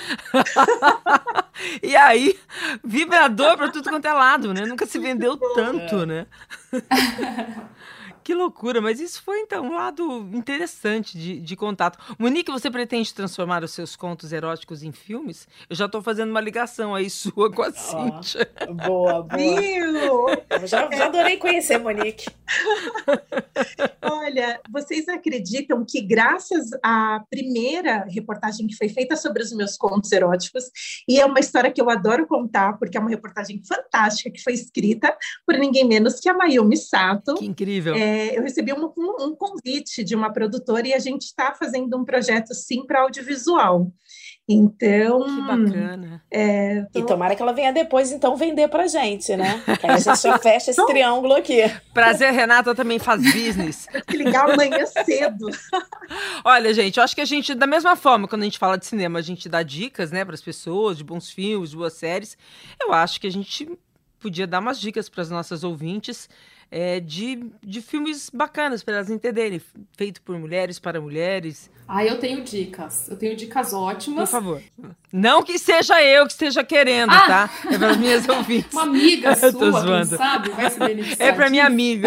E aí, vibrador para tudo quanto é lado, né? Nunca se vendeu tanto, né? Que loucura, mas isso foi, então, um lado interessante de contato. Monique, você pretende transformar os seus contos eróticos em filmes? Eu já estou fazendo uma ligação aí sua com a Cíntia. Boa. Viu? Eu já adorei conhecer, Monique. Olha, vocês acreditam que graças à primeira reportagem que foi feita sobre os meus contos eróticos, e é uma história que eu adoro contar, porque é uma reportagem fantástica que foi escrita por ninguém menos que a Mayumi Sato. Que incrível. Eu recebi um convite de uma produtora e a gente está fazendo um projeto, sim, para audiovisual. Então... Que bacana. E tomara que ela venha depois, então, vender pra gente, né? Que aí a gente já fecha esse triângulo aqui. Prazer, Renata também faz business. Tem que ligar amanhã cedo. Olha, gente, eu acho que a gente, da mesma forma, quando a gente fala de cinema, a gente dá dicas, né, para as pessoas, de bons filmes, de boas séries. Eu acho que a gente podia dar umas dicas para as nossas ouvintes de filmes bacanas, para elas entenderem. Feito por mulheres, para mulheres. Eu tenho dicas. Eu tenho dicas ótimas. Por favor. Não que seja eu que esteja querendo, tá? É para as minhas ouvintes. Uma amiga sua, quem sabe, vai se beneficiar. É para minha amiga.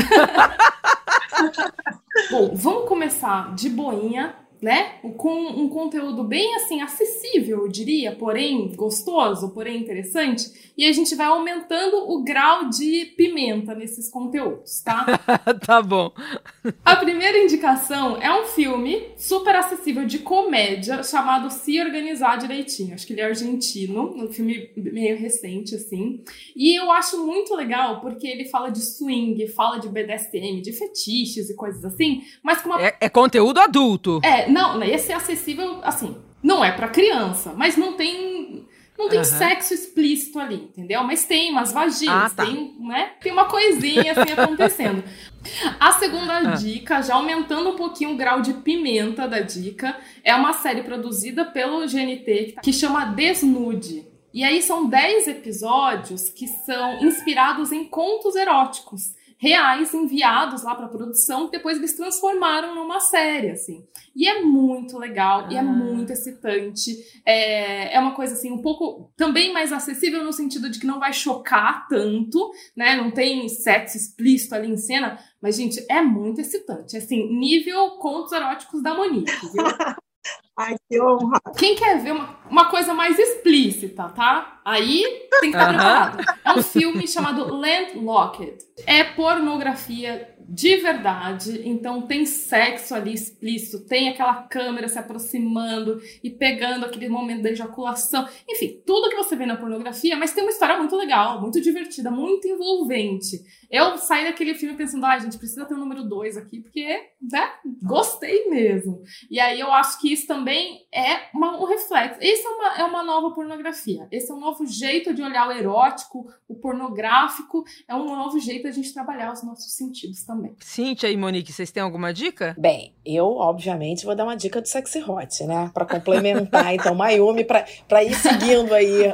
Bom, vamos começar de boinha, né? Com um conteúdo bem, assim, acessível, eu diria, porém gostoso, porém interessante. E a gente vai aumentando o grau de pimenta nesses conteúdos, tá? Tá bom. A primeira indicação é um filme super acessível de comédia chamado Se Organizar Direitinho. Acho que ele é argentino, um filme meio recente, assim. E eu acho muito legal porque ele fala de swing, fala de BDSM, de fetiches e coisas assim, mas com uma... É conteúdo adulto. Não, esse é acessível, assim, não é pra criança, mas não tem sexo explícito ali, entendeu? Mas tem umas vaginas, tá. Tem uma coisinha assim acontecendo. A segunda dica, já aumentando um pouquinho o grau de pimenta da dica, é uma série produzida pelo GNT que chama Desnude. E aí são 10 episódios que são inspirados em contos eróticos reais enviados lá para produção, que depois eles transformaram numa série, assim. E é muito legal, e é muito excitante. É uma coisa, assim, um pouco também mais acessível no sentido de que não vai chocar tanto, né? Não tem sexo explícito ali em cena, mas, gente, é muito excitante. Assim, nível contos eróticos da Monique, viu? Ai, que honra! Quem quer ver uma coisa mais explícita, tá? Aí tem que estar preparado. É um filme chamado Landlocked. É pornografia de verdade, então tem sexo ali explícito, tem aquela câmera se aproximando e pegando aquele momento da ejaculação. Enfim, tudo que você vê na pornografia, mas tem uma história muito legal, muito divertida, muito envolvente. Eu saí daquele filme pensando, gente, precisa ter um número 2 aqui, porque, né, gostei mesmo. E aí eu acho que isso também é um reflexo. Esse é uma nova pornografia. Esse é um novo jeito de olhar o erótico, o pornográfico. É um novo jeito de a gente trabalhar os nossos sentidos também. Cíntia e Monique, vocês têm alguma dica? Bem, eu, obviamente, vou dar uma dica do Sexy Hot, né? Para complementar, então, Mayumi, para ir seguindo aí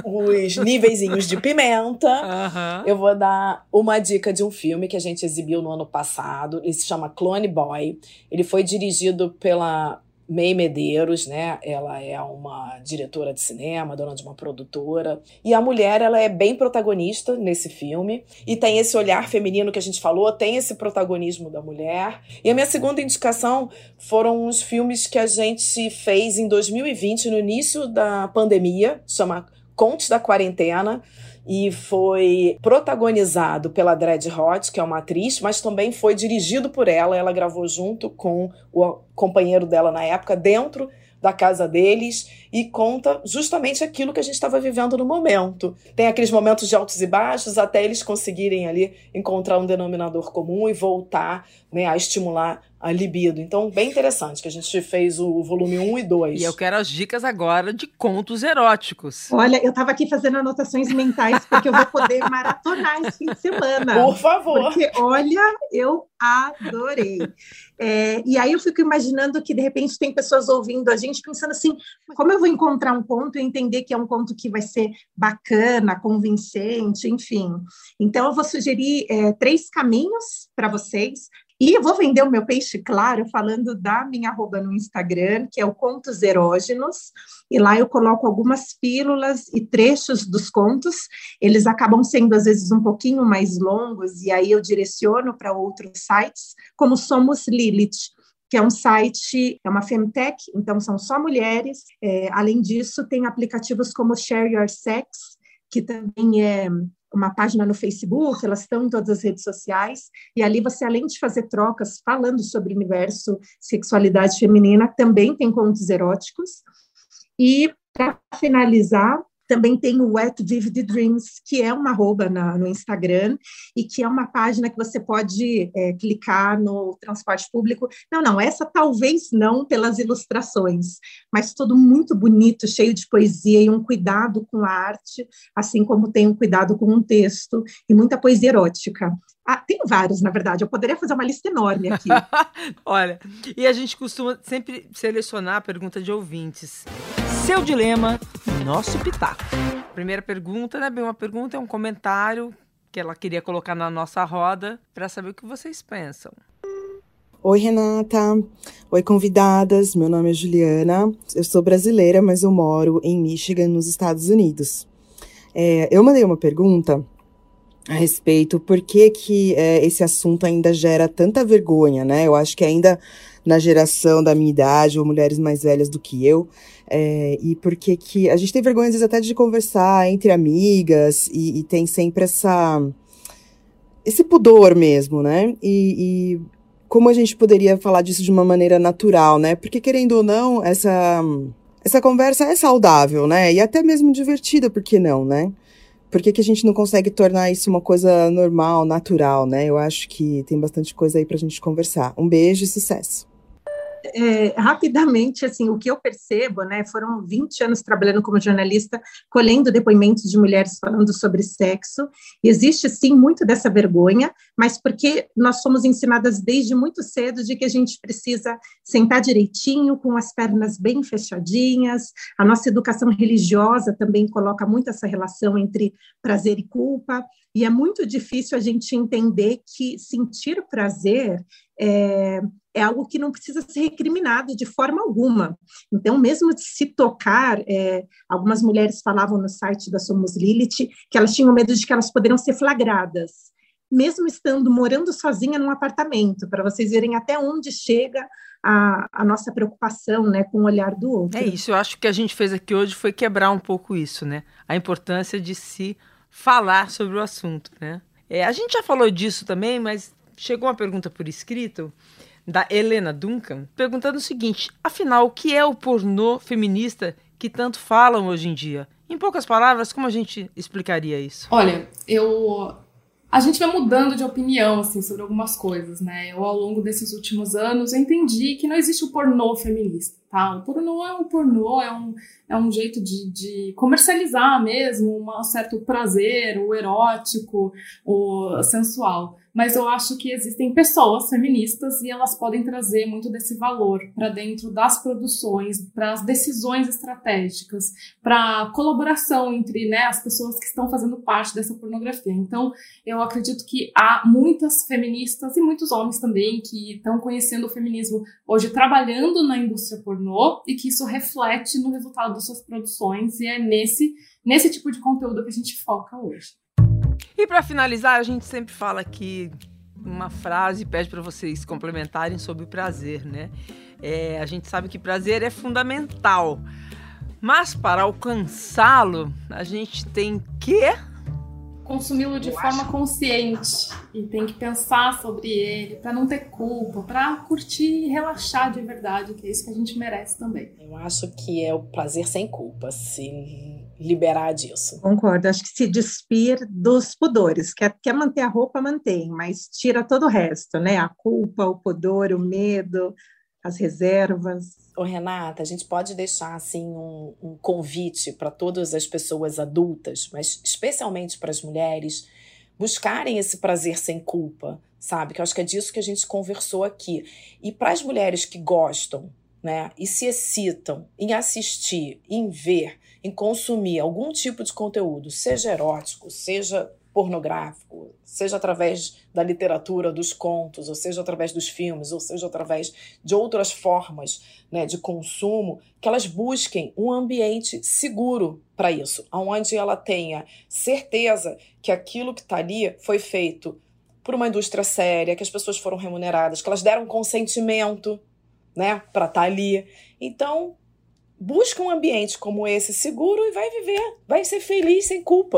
os níveizinhos de pimenta, eu vou dar uma dica de um filme que a gente exibiu no ano passado. Ele se chama Clone Boy. Ele foi dirigido pela May Medeiros, né? Ela é uma diretora de cinema, dona de uma produtora. E a mulher, ela é bem protagonista nesse filme. E tem esse olhar feminino que a gente falou, tem esse protagonismo da mulher. E a minha segunda indicação foram os filmes que a gente fez em 2020, no início da pandemia, chama Contos da Quarentena. E foi protagonizado pela Dread Hot, que é uma atriz, mas também foi dirigido por ela. Ela gravou junto com o companheiro dela na época, dentro da casa deles, e conta justamente aquilo que a gente estava vivendo no momento. Tem aqueles momentos de altos e baixos, até eles conseguirem ali encontrar um denominador comum e voltar, né, a estimular a libido. Então, bem interessante, que a gente fez o volume 1 e 2. E eu quero as dicas agora de contos eróticos. Olha, eu estava aqui fazendo anotações mentais, porque eu vou poder maratonar esse fim de semana. Por favor. Porque, olha, eu adorei. E aí eu fico imaginando que, de repente, tem pessoas ouvindo a gente pensando assim, como eu vou encontrar um conto e entender que é um conto que vai ser bacana, convincente, enfim. Então, eu vou sugerir 3 caminhos para vocês. E eu vou vender o meu peixe claro falando da minha arroba no Instagram, que é o Contos Erógenos, e lá eu coloco algumas pílulas e trechos dos contos. Eles acabam sendo, às vezes, um pouquinho mais longos, e aí eu direciono para outros sites, como Somos Lilith, que é um site, é uma femtech, então são só mulheres. Além disso, tem aplicativos como Share Your Sex, que também é uma página no Facebook, elas estão em todas as redes sociais, e ali você, além de fazer trocas falando sobre o universo sexualidade feminina, também tem contos eróticos. E, para finalizar, também tem o Wet Vivid Dreams, que é uma arroba no Instagram, e que é uma página que você pode clicar no transporte público. Não, essa talvez não pelas ilustrações, mas tudo muito bonito, cheio de poesia e um cuidado com a arte, assim como tem um cuidado com um texto e muita poesia erótica. Tem vários, na verdade, eu poderia fazer uma lista enorme aqui. Olha, e a gente costuma sempre selecionar a pergunta de ouvintes. Seu dilema, nosso pitaco. Primeira pergunta, não é bem uma pergunta, é um comentário que ela queria colocar na nossa roda para saber o que vocês pensam. Oi, Renata. Oi, convidadas. Meu nome é Juliana. Eu sou brasileira, mas eu moro em Michigan, nos Estados Unidos. Eu mandei uma pergunta a respeito por que esse assunto ainda gera tanta vergonha, né? Eu acho que ainda na geração da minha idade, ou mulheres mais velhas do que eu, e por que a gente tem vergonha, às vezes, até de conversar entre amigas, e tem sempre esse pudor mesmo, né? E como a gente poderia falar disso de uma maneira natural, né? Porque, querendo ou não, essa conversa é saudável, né? E até mesmo divertida, por que não, né? Por que a gente não consegue tornar isso uma coisa normal, natural, né? Eu acho que tem bastante coisa aí pra gente conversar. Um beijo e sucesso! Rapidamente, assim, o que eu percebo, né, foram 20 anos trabalhando como jornalista, colhendo depoimentos de mulheres falando sobre sexo, e existe, sim, muito dessa vergonha, mas porque nós somos ensinadas desde muito cedo de que a gente precisa sentar direitinho, com as pernas bem fechadinhas. A nossa educação religiosa também coloca muito essa relação entre prazer e culpa, e é muito difícil a gente entender que sentir prazer é algo que não precisa ser recriminado de forma alguma. Então, mesmo de se tocar, algumas mulheres falavam no site da Somos Lilith que elas tinham medo de que elas poderiam ser flagradas, mesmo estando morando sozinha num apartamento, para vocês verem até onde chega a nossa preocupação, né, com o olhar do outro. É isso, eu acho que o que a gente fez aqui hoje foi quebrar um pouco isso, né? A importância de se falar sobre o assunto, né? A gente já falou disso também, mas chegou uma pergunta por escrito da Helena Duncan, perguntando o seguinte: afinal, o que é o pornô feminista que tanto falam hoje em dia? Em poucas palavras, como a gente explicaria isso? Olha, a gente vai mudando de opinião, assim, sobre algumas coisas, né? Eu, ao longo desses últimos anos, entendi que não existe o pornô feminista, tá? O pornô é um pornô, é um jeito de comercializar mesmo um certo prazer, o erótico, o sensual. Mas eu acho que existem pessoas feministas e elas podem trazer muito desse valor para dentro das produções, para as decisões estratégicas, para a colaboração entre, né, as pessoas que estão fazendo parte dessa pornografia. Então, eu acredito que há muitas feministas e muitos homens também que estão conhecendo o feminismo hoje trabalhando na indústria pornô e que isso reflete no resultado das suas produções, e é nesse tipo de conteúdo que a gente foca hoje. E para finalizar, a gente sempre fala aqui uma frase e pede para vocês complementarem sobre o prazer, né? A gente sabe que prazer é fundamental, mas para alcançá-lo, a gente tem que consumi-lo de forma consciente e tem que pensar sobre ele para não ter culpa, para curtir e relaxar de verdade, que é isso que a gente merece também. Eu acho que é o prazer sem culpa, se liberar disso. Concordo, acho que se despir dos pudores, quer manter a roupa, mantém, mas tira todo o resto, né? A culpa, o pudor, o medo, as reservas. Ô, Renata, a gente pode deixar assim um convite para todas as pessoas adultas, mas especialmente para as mulheres, buscarem esse prazer sem culpa, sabe? Que eu acho que é disso que a gente conversou aqui. E para as mulheres que gostam, né, e se excitam em assistir, em ver, em consumir algum tipo de conteúdo, seja erótico, seja pornográfico, seja através da literatura, dos contos, ou seja através dos filmes, ou seja através de outras formas, né, de consumo, que elas busquem um ambiente seguro para isso, onde ela tenha certeza que aquilo que está ali foi feito por uma indústria séria, que as pessoas foram remuneradas, que elas deram consentimento, né, para estar ali. Então, busca um ambiente como esse seguro e vai viver, vai ser feliz sem culpa.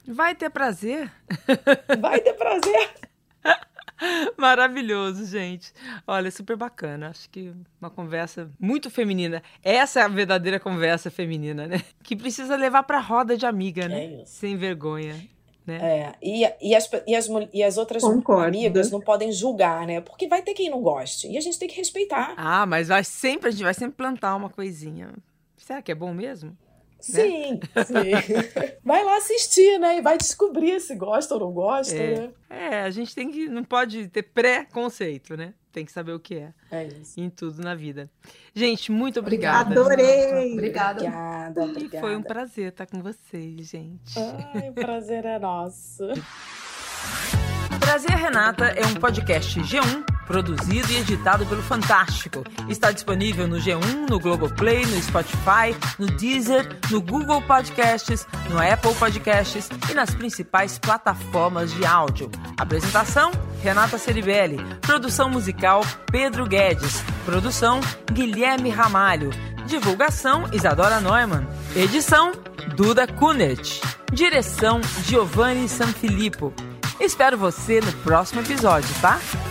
Vai ter prazer. Vai ter prazer. Maravilhoso, gente. Olha, super bacana. Acho que uma conversa muito feminina. Essa é a verdadeira conversa feminina, né? Que precisa levar pra roda de amiga, né? É isso. Sem vergonha, né? E as outras amigas não podem julgar, né? Porque vai ter quem não goste. E a gente tem que respeitar. Ah, mas a gente vai sempre plantar uma coisinha. Será que é bom mesmo? Sim, sim. Vai lá assistir, né? E vai descobrir se gosta ou não gosta, né? A gente não pode ter pré-conceito, né? Tem que saber o que é. É isso. Em tudo na vida. Gente, muito obrigada. Adorei! Obrigada. E foi um prazer estar com vocês, gente. Ai, o prazer é nosso. Prazer Renata é um podcast G1, produzido e editado pelo Fantástico. Está disponível no G1, no Globoplay, no Spotify, no Deezer, no Google Podcasts, no Apple Podcasts e nas principais plataformas de áudio. Apresentação, Renata Ceribelli. Produção musical, Pedro Guedes. Produção, Guilherme Ramalho. Divulgação, Isadora Neumann. Edição, Duda Kunert. Direção, Giovanni Sanfilippo. Espero você no próximo episódio, tá?